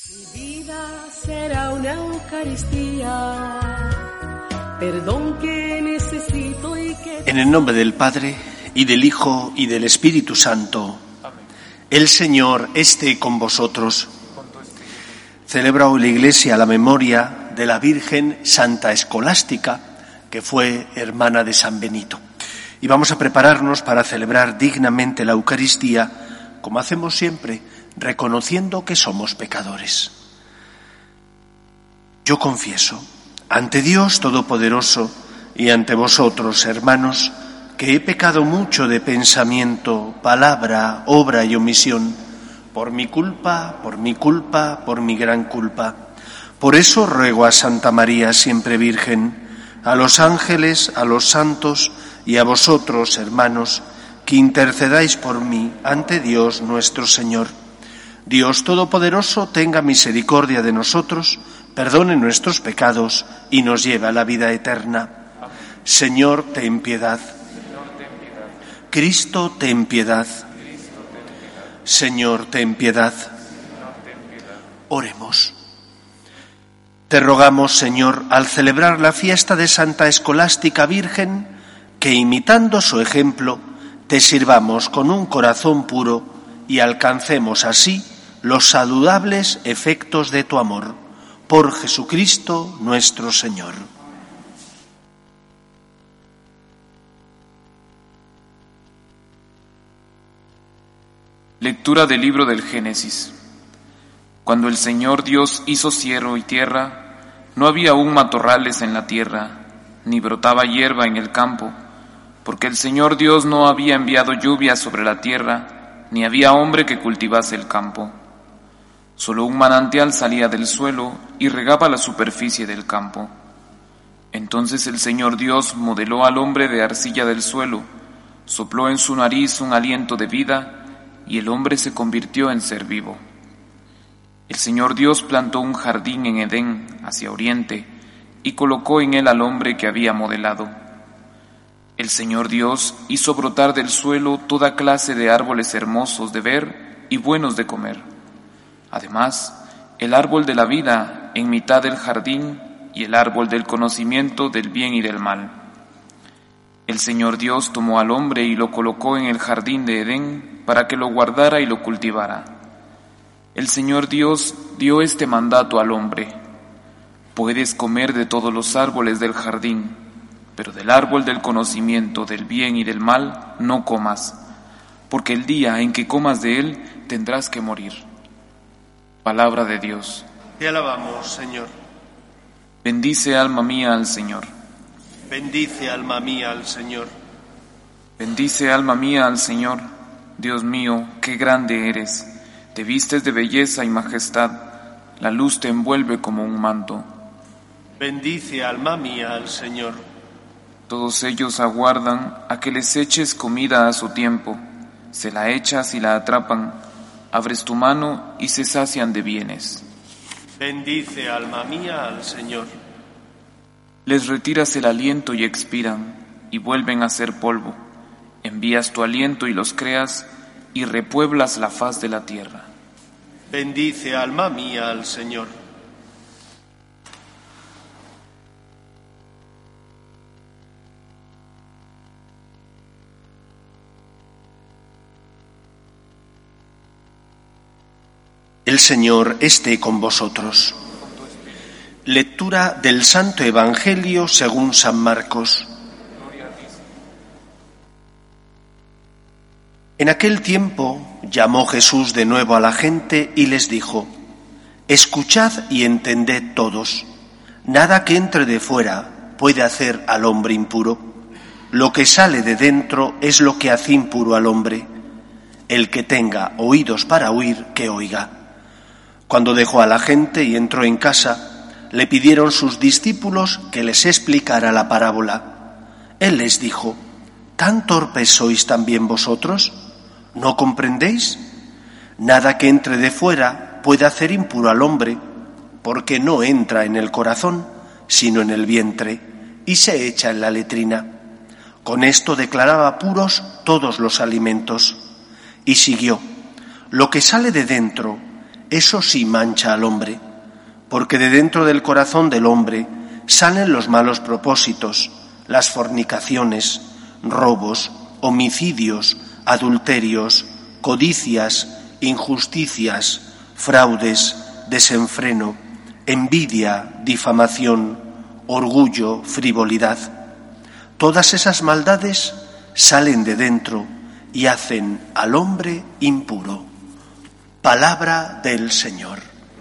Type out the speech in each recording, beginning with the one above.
Mi vida será una Eucaristía, perdón que necesito y que... En el nombre del Padre, y del Hijo, y del Espíritu Santo. Amén. El Señor esté con vosotros. Celebra hoy la Iglesia la memoria de la Virgen Santa Escolástica, que fue hermana de San Benito. Y vamos a prepararnos para celebrar dignamente la Eucaristía, como hacemos siempre, reconociendo que somos pecadores. Yo confieso ante Dios Todopoderoso y ante vosotros, hermanos, que he pecado mucho de pensamiento, palabra, obra y omisión, por mi culpa, por mi gran culpa. Por eso ruego a Santa María, siempre Virgen, a los ángeles, a los santos y a vosotros, hermanos, que intercedáis por mí ante Dios nuestro Señor. Dios Todopoderoso tenga misericordia de nosotros, perdone nuestros pecados y nos lleve a la vida eterna. Señor, ten piedad. Cristo, ten piedad. Señor, ten piedad. Oremos. Te rogamos, Señor, al celebrar la fiesta de Santa Escolástica Virgen, que imitando su ejemplo, te sirvamos con un corazón puro y alcancemos así los saludables efectos de tu amor. Por Jesucristo nuestro Señor. Lectura del libro del Génesis. Cuando el Señor Dios hizo cielo y tierra, no había aún matorrales en la tierra, ni brotaba hierba en el campo, porque el Señor Dios no había enviado lluvia sobre la tierra, ni había hombre que cultivase el campo. Solo un manantial salía del suelo y regaba la superficie del campo. Entonces el Señor Dios modeló al hombre de arcilla del suelo, sopló en su nariz un aliento de vida, y el hombre se convirtió en ser vivo. El Señor Dios plantó un jardín en Edén, hacia oriente, y colocó en él al hombre que había modelado. El Señor Dios hizo brotar del suelo toda clase de árboles hermosos de ver y buenos de comer. Además, el árbol de la vida en mitad del jardín y el árbol del conocimiento del bien y del mal. El Señor Dios tomó al hombre y lo colocó en el jardín de Edén para que lo guardara y lo cultivara. El Señor Dios dio este mandato al hombre: puedes comer de todos los árboles del jardín, pero del árbol del conocimiento del bien y del mal no comas, porque el día en que comas de él tendrás que morir. Palabra de Dios. Te alabamos, Señor. Bendice, alma mía, al Señor. Bendice, alma mía, al Señor. Bendice, alma mía, al Señor. Dios mío, qué grande eres. Te vistes de belleza y majestad. La luz te envuelve como un manto. Bendice, alma mía, al Señor. Todos ellos aguardan a que les eches comida a su tiempo. Se la echas y la atrapan. Abres tu mano y se sacian de bienes. Bendice, alma mía, al Señor. Les retiras el aliento y expiran, y vuelven a ser polvo. Envías tu aliento y los creas, y repueblas la faz de la tierra. Bendice, alma mía, al Señor. El Señor esté con vosotros. Lectura del Santo Evangelio según San Marcos. En aquel tiempo llamó Jesús de nuevo a la gente y les dijo: escuchad y entended todos. Nada que entre de fuera puede hacer al hombre impuro. Lo que sale de dentro es lo que hace impuro al hombre. El que tenga oídos para oír, que oiga. Cuando dejó a la gente y entró en casa, le pidieron sus discípulos que les explicara la parábola. Él les dijo: ¿tan torpes sois también vosotros? ¿No comprendéis? Nada que entre de fuera puede hacer impuro al hombre, porque no entra en el corazón, sino en el vientre, y se echa en la letrina. Con esto declaraba puros todos los alimentos. Y siguió: lo que sale de dentro, Eso sí mancha al hombre, porque de dentro del corazón del hombre salen los malos propósitos, las fornicaciones, robos, homicidios, adulterios, codicias, injusticias, fraudes, desenfreno, envidia, difamación, orgullo, frivolidad. Todas esas maldades salen de dentro y hacen al hombre impuro. Palabra del Señor.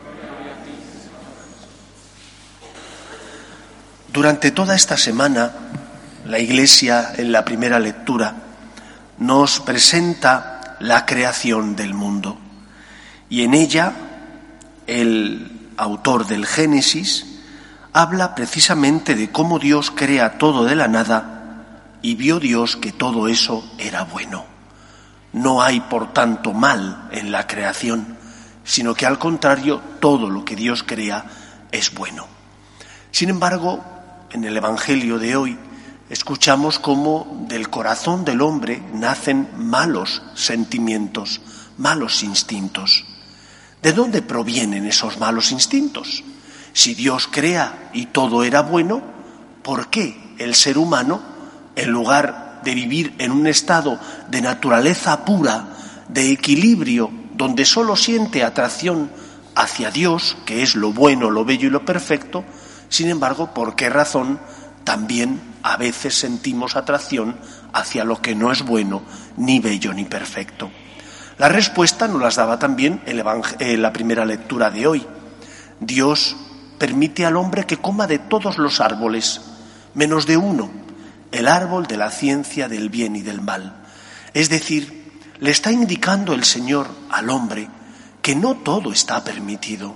Durante toda esta semana, la Iglesia, en la primera lectura, nos presenta la creación del mundo. Y en ella, el autor del Génesis habla precisamente de cómo Dios crea todo de la nada y vio Dios que todo eso era bueno. No hay, por tanto, mal en la creación, sino que al contrario, todo lo que Dios crea es bueno. Sin embargo, en el Evangelio de hoy escuchamos cómo del corazón del hombre nacen malos sentimientos, malos instintos. ¿De dónde provienen esos malos instintos? Si Dios crea y todo era bueno, ¿por qué el ser humano, en lugar de vivir en un estado de naturaleza pura, de equilibrio, donde solo siente atracción hacia Dios, que es lo bueno, lo bello y lo perfecto, sin embargo, ¿por qué razón también a veces sentimos atracción hacia lo que no es bueno, ni bello, ni perfecto? La respuesta nos las daba también la primera lectura de hoy. Dios permite al hombre que coma de todos los árboles, menos de uno, el árbol de la ciencia del bien y del mal. Es decir, le está indicando el Señor al hombre que no todo está permitido,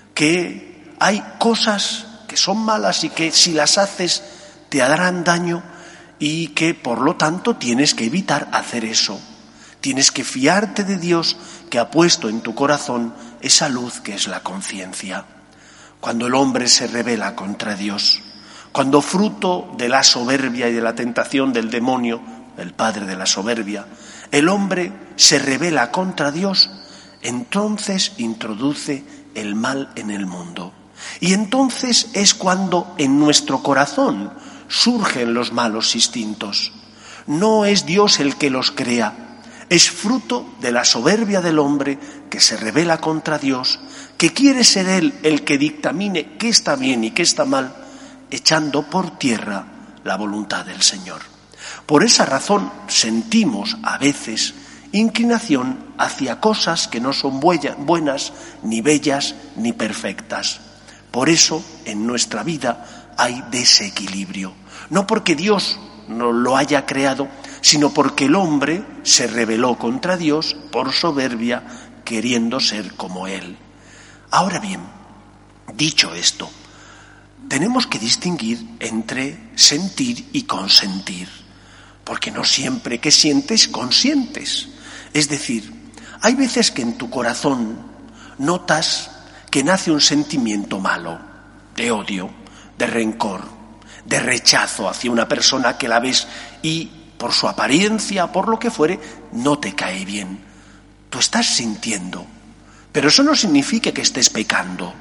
que hay cosas que son malas y que si las haces te harán daño y que por lo tanto tienes que evitar hacer eso. Tienes que fiarte de Dios que ha puesto en tu corazón esa luz que es la conciencia. Cuando el hombre se rebela contra Dios, cuando fruto de la soberbia y de la tentación del demonio, el padre de la soberbia, el hombre se rebela contra Dios, entonces introduce el mal en el mundo. Y entonces es cuando en nuestro corazón surgen los malos instintos. No es Dios el que los crea, es fruto de la soberbia del hombre que se rebela contra Dios, que quiere ser Él el que dictamine qué está bien y qué está mal, echando por tierra la voluntad del Señor. Por esa razón sentimos a veces inclinación hacia cosas que no son buenas, ni bellas, ni perfectas. Por eso en nuestra vida hay desequilibrio. No porque Dios no lo haya creado, sino porque el hombre se rebeló contra Dios por soberbia, queriendo ser como Él. Ahora bien, dicho esto, tenemos que distinguir entre sentir y consentir, porque no siempre que sientes, consientes. Es decir, hay veces que en tu corazón notas que nace un sentimiento malo, de odio, de rencor, de rechazo hacia una persona que la ves y por su apariencia, por lo que fuere, no te cae bien. Tú estás sintiendo, pero eso no significa que estés pecando.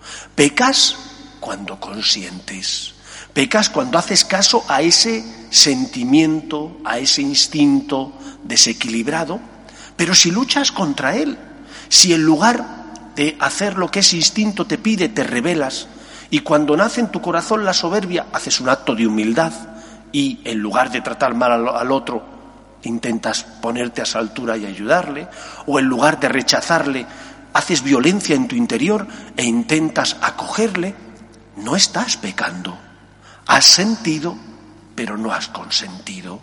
Pecas cuando consientes, pecas cuando haces caso a ese sentimiento, a ese instinto desequilibrado, pero si luchas contra él, si en lugar de hacer lo que ese instinto te pide, te rebelas, y cuando nace en tu corazón la soberbia, haces un acto de humildad y en lugar de tratar mal al otro, intentas ponerte a su altura y ayudarle, o en lugar de rechazarle, haces violencia en tu interior e intentas acogerle, no estás pecando. Has sentido, pero no has consentido.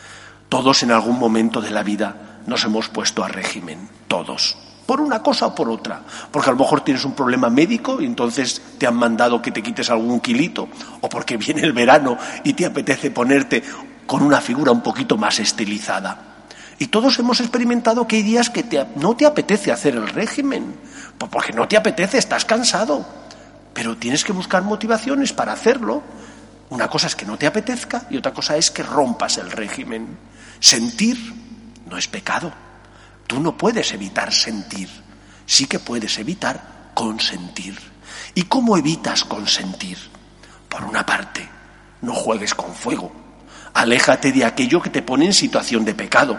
Todos en algún momento de la vida nos hemos puesto a régimen, todos, por una cosa o por otra, porque a lo mejor tienes un problema médico y entonces te han mandado que te quites algún kilito, o porque viene el verano y te apetece ponerte con una figura un poquito más estilizada. Y todos hemos experimentado que hay días que no te apetece hacer el régimen, porque no te apetece, estás cansado, pero tienes que buscar motivaciones para hacerlo. Una cosa es que no te apetezca y otra cosa es que rompas el régimen. Sentir no es pecado. Tú no puedes evitar sentir. sí que puedes evitar consentir. ¿Y cómo evitas consentir? Por una parte, no juegues con fuego. Aléjate de aquello que te pone en situación de pecado.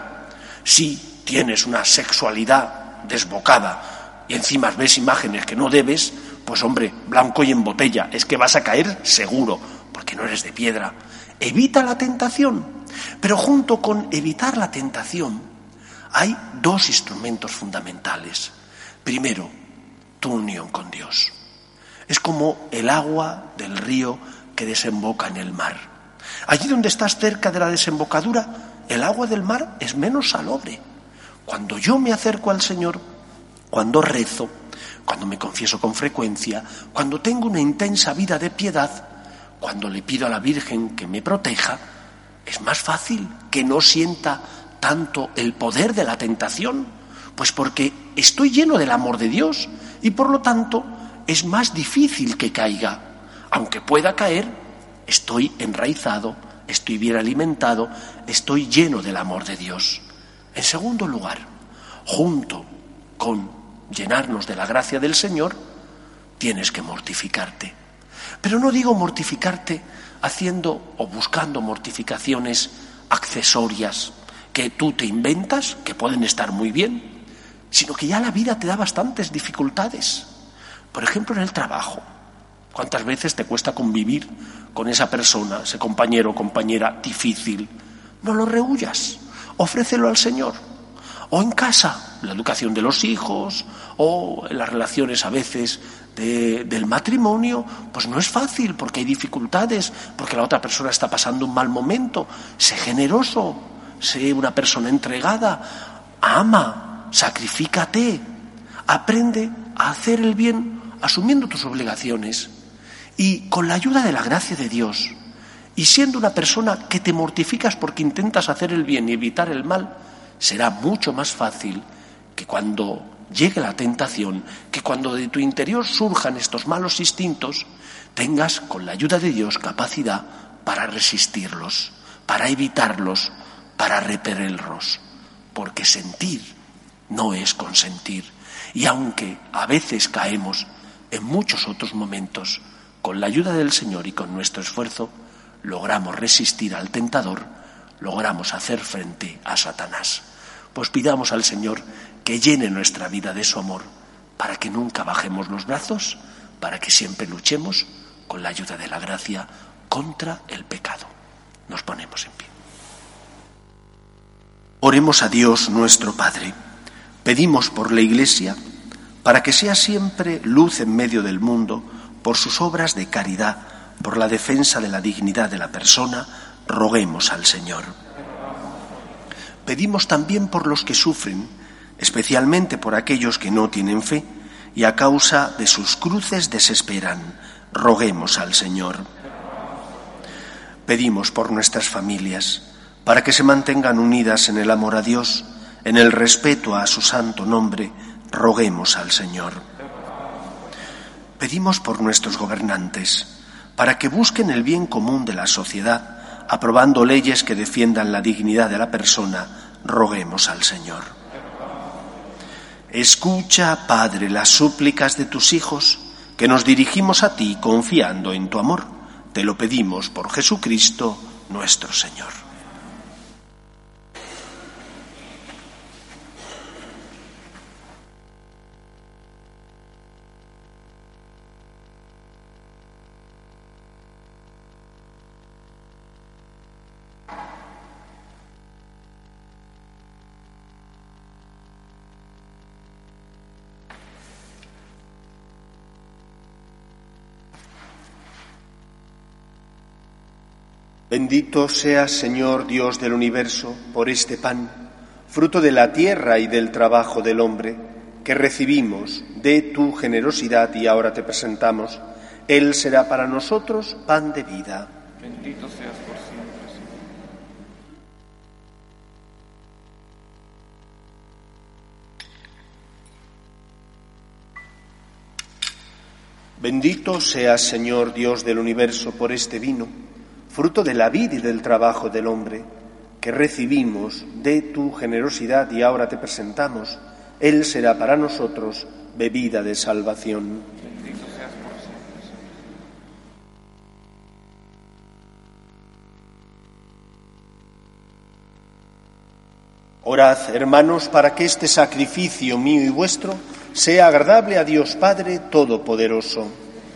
Si tienes una sexualidad desbocada y encima ves imágenes que no debes, pues hombre, blanco y en botella, es que vas a caer seguro, porque no eres de piedra. Evita la tentación, pero junto con evitar la tentación hay dos instrumentos fundamentales. Primero, tu unión con Dios. Es como el agua del río que desemboca en el mar. Allí donde estás cerca de la desembocadura, el agua del mar es menos salobre. Cuando yo me acerco al Señor, cuando rezo, cuando me confieso con frecuencia, cuando tengo una intensa vida de piedad, cuando le pido a la Virgen que me proteja, es más fácil que no sienta tanto el poder de la tentación, pues porque estoy lleno del amor de Dios y por lo tanto es más difícil que caiga. Aunque pueda caer, estoy enraizado, estoy bien alimentado, estoy lleno del amor de Dios. En segundo lugar, junto con llenarnos de la gracia del Señor, tienes que mortificarte. Pero no digo mortificarte haciendo o buscando mortificaciones accesorias que tú te inventas, que pueden estar muy bien, sino que ya la vida te da bastantes dificultades. Por ejemplo, en el trabajo. ¿Cuántas veces te cuesta convivir con esa persona, ese compañero o compañera difícil? No lo rehuyas, ofrécelo al Señor. O en casa, la educación de los hijos, o en las relaciones a veces del matrimonio, pues no es fácil porque hay dificultades, porque la otra persona está pasando un mal momento. Sé generoso, sé una persona entregada, ama, sacrifícate, aprende a hacer el bien asumiendo tus obligaciones y con la ayuda de la gracia de Dios y siendo una persona que te mortificas porque intentas hacer el bien y evitar el mal, será mucho más fácil que cuando llegue la tentación, que cuando de tu interior surjan estos malos instintos, tengas con la ayuda de Dios capacidad para resistirlos, para evitarlos, para repelerlos, porque sentir no es consentir. Y aunque a veces caemos, en muchos otros momentos, con la ayuda del Señor y con nuestro esfuerzo, logramos resistir al tentador, logramos hacer frente a Satanás. Pues pidamos al Señor que llene nuestra vida de su amor, para que nunca bajemos los brazos, para que siempre luchemos con la ayuda de la gracia contra el pecado. Nos ponemos en pie. Oremos a Dios nuestro Padre. Pedimos por la Iglesia, para que sea siempre luz en medio del mundo, por sus obras de caridad, por la defensa de la dignidad de la persona, roguemos al Señor. Pedimos también por los que sufren, especialmente por aquellos que no tienen fe y a causa de sus cruces desesperan, roguemos al Señor. Pedimos por nuestras familias, para que se mantengan unidas en el amor a Dios, en el respeto a su santo nombre, roguemos al Señor. Pedimos por nuestros gobernantes, para que busquen el bien común de la sociedad, aprobando leyes que defiendan la dignidad de la persona, roguemos al Señor. Escucha, Padre, las súplicas de tus hijos, que nos dirigimos a ti confiando en tu amor. Te lo pedimos por Jesucristo, nuestro Señor. Bendito seas, Señor Dios del universo, por este pan, fruto de la tierra y del trabajo del hombre, que recibimos de tu generosidad y ahora te presentamos. Él será para nosotros pan de vida. Bendito seas por siempre, Señor. Bendito seas, Señor Dios del universo, por este vino, fruto de la vid y del trabajo del hombre, que recibimos de tu generosidad y ahora te presentamos. Él será para nosotros bebida de salvación. Bendito seas por siempre, Señor. Orad, hermanos, para que este sacrificio mío y vuestro sea agradable a Dios Padre Todopoderoso.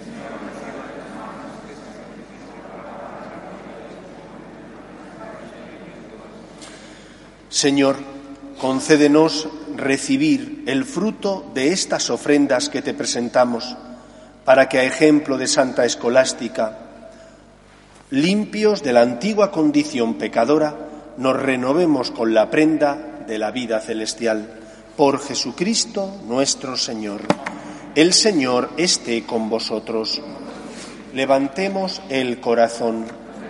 Señor, concédenos recibir el fruto de estas ofrendas que te presentamos, para que a ejemplo de Santa Escolástica, limpios de la antigua condición pecadora, nos renovemos con la prenda de la vida celestial. Por Jesucristo nuestro Señor. El Señor esté con vosotros. Levantemos el corazón.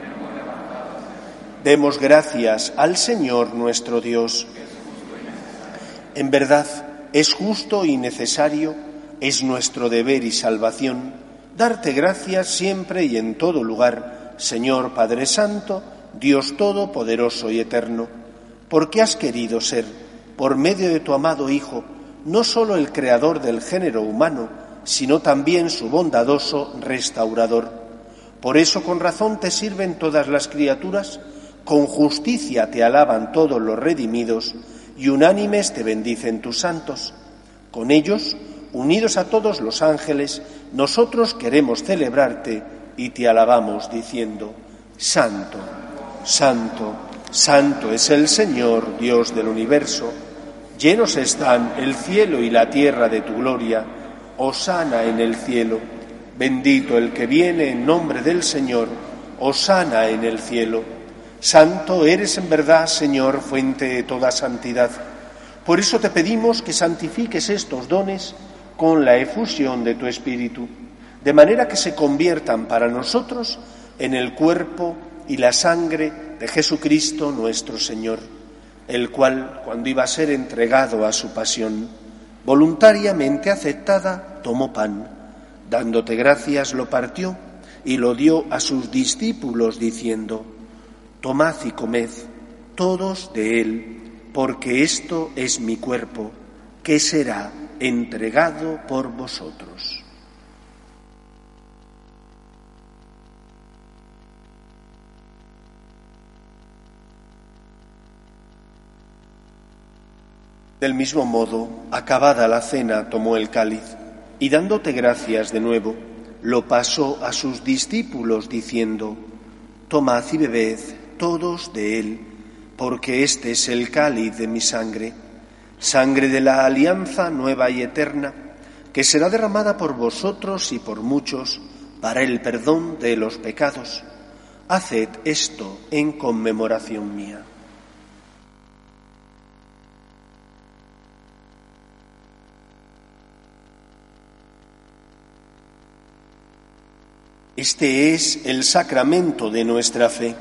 Demos gracias al Señor nuestro Dios. En verdad, es justo y necesario, es nuestro deber y salvación, darte gracias siempre y en todo lugar, Señor Padre Santo, Dios Todopoderoso y Eterno, porque has querido ser, por medio de tu amado Hijo, no solo el creador del género humano, sino también su bondadoso restaurador. Por eso con razón te sirven todas las criaturas, con justicia te alaban todos los redimidos, y unánimes te bendicen tus santos. Con ellos, unidos a todos los ángeles, nosotros queremos celebrarte y te alabamos diciendo: Santo, Santo, Santo es el Señor, Dios del universo. Llenos están el cielo y la tierra de tu gloria. Hosana en el cielo. Bendito el que viene en nombre del Señor. Hosana en el cielo. Santo eres en verdad, Señor, fuente de toda santidad. Por eso te pedimos que santifiques estos dones con la efusión de tu Espíritu, de manera que se conviertan para nosotros en el cuerpo y la sangre de Jesucristo nuestro Señor, el cual, cuando iba a ser entregado a su pasión, voluntariamente aceptada, tomó pan, dándote gracias lo partió y lo dio a sus discípulos diciendo: Tomad y comed todos de él, porque esto es mi cuerpo, que será entregado por vosotros. Del mismo modo, acabada la cena, tomó el cáliz y dándote gracias de nuevo, lo pasó a sus discípulos diciendo: Tomad y bebed todos de él, porque este es el cáliz de mi sangre, sangre de la alianza nueva y eterna, que será derramada por vosotros y por muchos para el perdón de los pecados. Haced esto en conmemoración mía. Este es el sacramento de nuestra fe.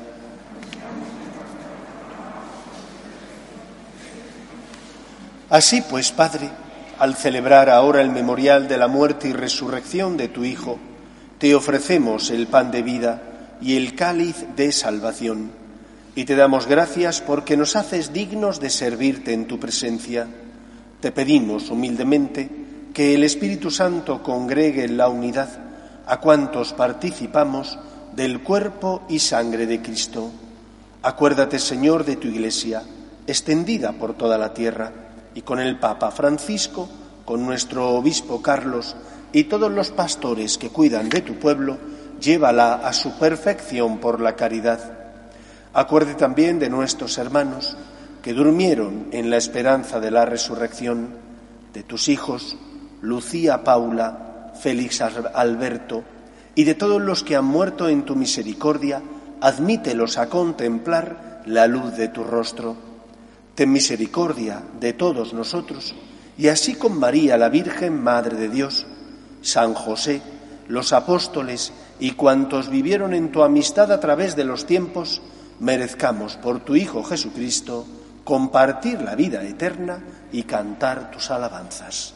Así pues, Padre, al celebrar ahora el memorial de la muerte y resurrección de tu Hijo, te ofrecemos el pan de vida y el cáliz de salvación, y te damos gracias porque nos haces dignos de servirte en tu presencia. Te pedimos humildemente que el Espíritu Santo congregue en la unidad a cuantos participamos del cuerpo y sangre de Cristo. Acuérdate, Señor, de tu Iglesia, extendida por toda la tierra, y con el Papa Francisco, con nuestro obispo Carlos y todos los pastores que cuidan de tu pueblo, llévala a su perfección por la caridad. Acuérdate también de nuestros hermanos que durmieron en la esperanza de la resurrección, de tus hijos Lucía Paula, Félix Alberto, y de todos los que han muerto en tu misericordia, admítelos a contemplar la luz de tu rostro. Ten misericordia de todos nosotros, y así con María, la Virgen Madre de Dios, San José, los apóstoles y cuantos vivieron en tu amistad a través de los tiempos, merezcamos por tu Hijo Jesucristo compartir la vida eterna y cantar tus alabanzas.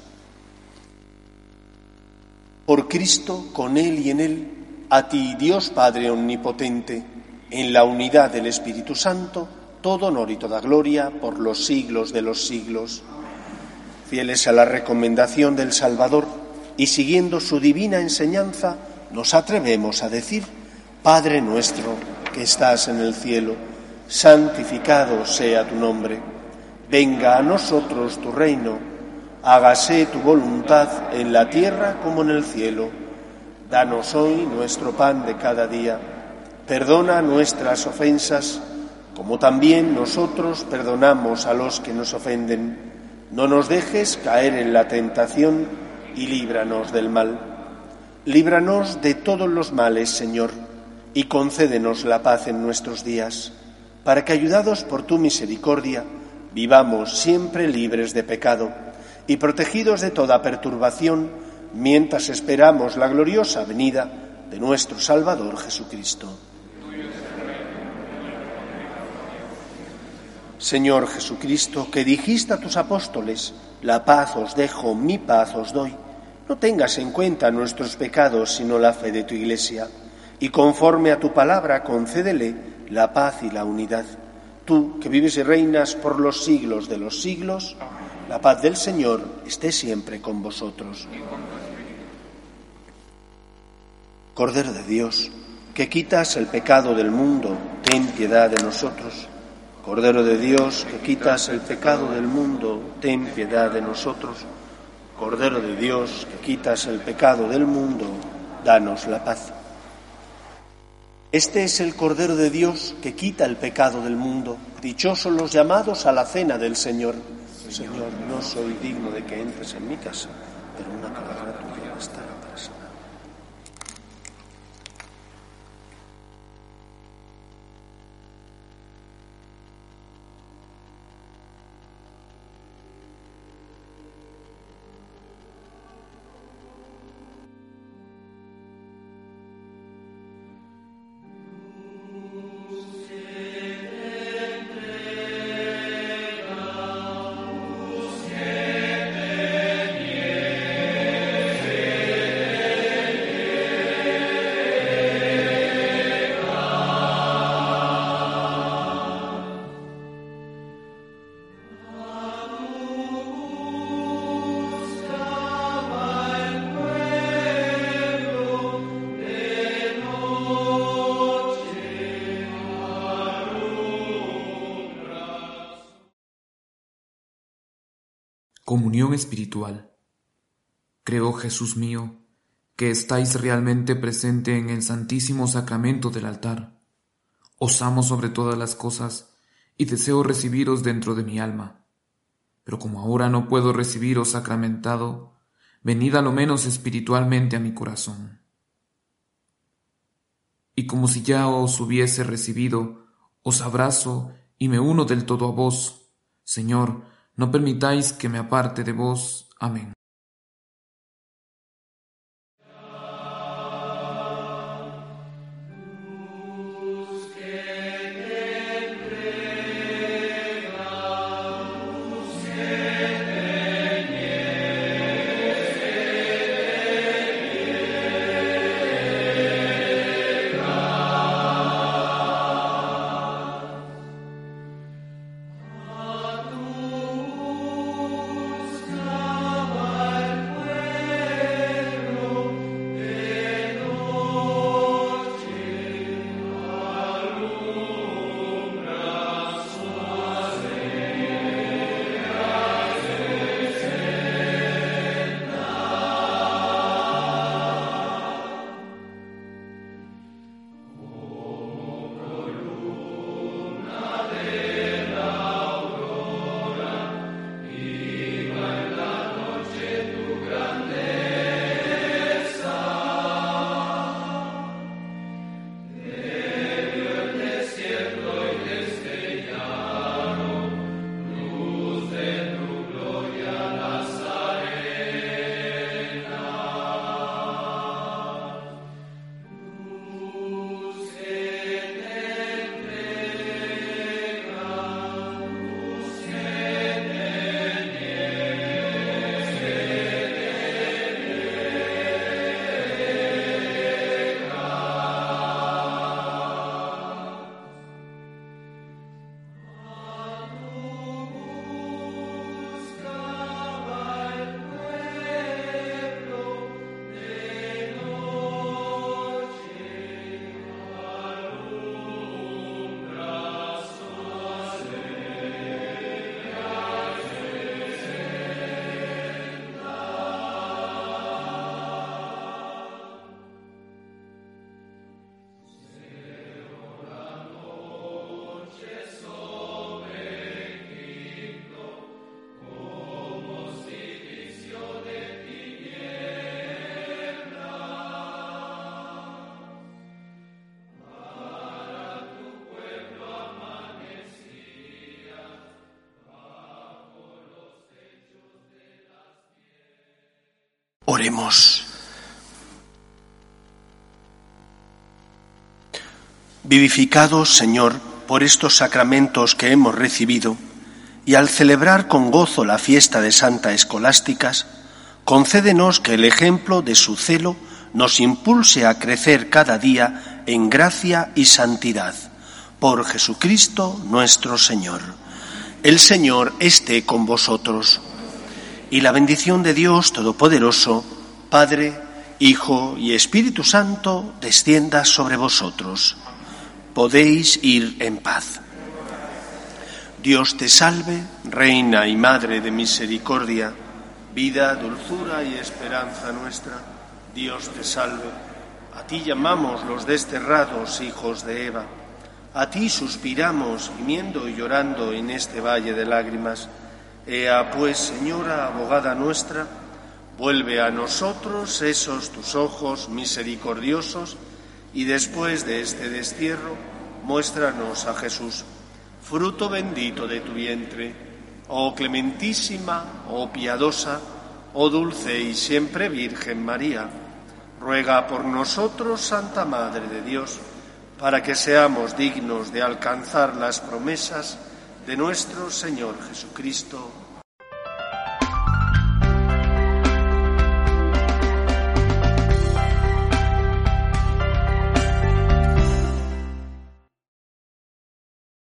Por Cristo, con Él y en Él, a ti, Dios Padre Omnipotente, en la unidad del Espíritu Santo, todo honor y toda gloria por los siglos de los siglos. Fieles a la recomendación del Salvador y siguiendo su divina enseñanza, nos atrevemos a decir: Padre nuestro que estás en el cielo, santificado sea tu nombre. Venga a nosotros tu reino. Hágase tu voluntad en la tierra como en el cielo. Danos hoy nuestro pan de cada día. Perdona nuestras ofensas, como también nosotros perdonamos a los que nos ofenden. No nos dejes caer en la tentación y líbranos del mal. Líbranos de todos los males, Señor, y concédenos la paz en nuestros días, para que, ayudados por tu misericordia, vivamos siempre libres de pecado y protegidos de toda perturbación, mientras esperamos la gloriosa venida de nuestro Salvador Jesucristo. Señor Jesucristo, que dijiste a tus apóstoles: la paz os dejo, mi paz os doy, no tengas en cuenta nuestros pecados, sino la fe de tu Iglesia, y conforme a tu palabra concédele la paz y la unidad. Tú, que vives y reinas por los siglos de los siglos, la paz del Señor esté siempre con vosotros. Cordero de Dios, que quitas el pecado del mundo, ten piedad de nosotros. Cordero de Dios, que quitas el pecado del mundo, ten piedad de nosotros. Cordero de Dios, que quitas el pecado del mundo, danos la paz. Este es el Cordero de Dios que quita el pecado del mundo. Dichosos los llamados a la cena del Señor. Señor, no soy digno de que entres en mi casa, pero una palabra tuya bastará para sanar. Comunión espiritual. Creo, Jesús mío, que estáis realmente presente en el Santísimo Sacramento del altar. Os amo sobre todas las cosas y deseo recibiros dentro de mi alma. Pero como ahora no puedo recibiros sacramentado, venid a lo menos espiritualmente a mi corazón. Y como si ya os hubiese recibido, os abrazo y me uno del todo a vos. Señor, no permitáis que me aparte de vos. Amén. Oremos. Vivificados, Señor, por estos sacramentos que hemos recibido, y al celebrar con gozo la fiesta de Santa Escolásticas, concédenos que el ejemplo de su celo nos impulse a crecer cada día en gracia y santidad. Por Jesucristo nuestro Señor. El Señor esté con vosotros. Y la bendición de Dios Todopoderoso, Padre, Hijo y Espíritu Santo, descienda sobre vosotros. Podéis ir en paz. Dios te salve, Reina y Madre de misericordia, vida, dulzura y esperanza nuestra. Dios te salve. A ti llamamos los desterrados hijos de Eva. A ti suspiramos, gimiendo y llorando en este valle de lágrimas. Ea pues, Señora, abogada nuestra, vuelve a nosotros esos tus ojos misericordiosos y después de este destierro, muéstranos a Jesús, fruto bendito de tu vientre. Oh clementísima, oh piadosa, oh dulce y siempre Virgen María, ruega por nosotros, Santa Madre de Dios, para que seamos dignos de alcanzar las promesas de nuestro Señor Jesucristo.